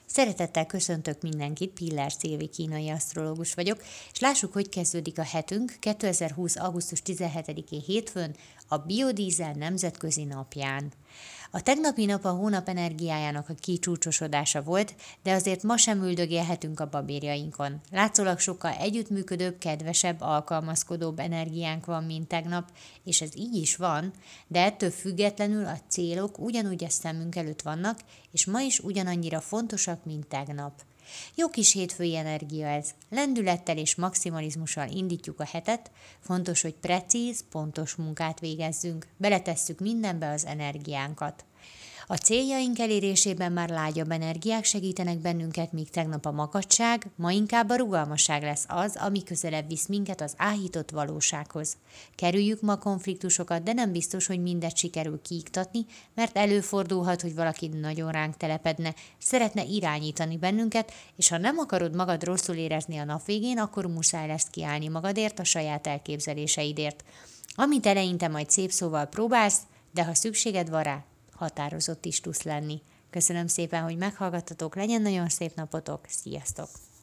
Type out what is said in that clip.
Szeretettel köszöntök mindenkit, Pillár Szilvi kínai asztrológus vagyok, és lássuk, hogy kezdődik a hetünk 2020. augusztus 17-én hétfőn, a biodízel nemzetközi napján. A tegnapi nap a hónap energiájának a kicsúcsosodása volt, de azért ma sem üldögélhetünk a babérjainkon. Látszólag sokkal együttműködőbb, kedvesebb, alkalmazkodóbb energiánk van, mint tegnap, és ez így is van, de ettől függetlenül a célok ugyanúgy a szemünk előtt vannak, és ma is ugyanannyira fontosak, mint tegnap. Jó kis hétfői energia ez. Lendülettel és maximalizmussal indítjuk a hetet, fontos, hogy precíz, pontos munkát végezzünk, beletesszük mindenbe az energiánkat. A céljaink elérésében már lágyabb energiák segítenek bennünket, míg tegnap a makacság, ma inkább a rugalmasság lesz az, ami közelebb visz minket az áhított valósághoz. Kerüljük ma konfliktusokat, de nem biztos, hogy mindet sikerül kiiktatni, mert előfordulhat, hogy valaki nagyon ránk telepedne, szeretne irányítani bennünket, és ha nem akarod magad rosszul érezni a nap végén, akkor muszáj lesz kiállni magadért, a saját elképzeléseidért. Amit eleinte majd szép szóval próbálsz, de ha szükséged van rá, határozott is tudsz lenni. Köszönöm szépen, hogy meghallgattatok, legyen nagyon szép napotok, sziasztok!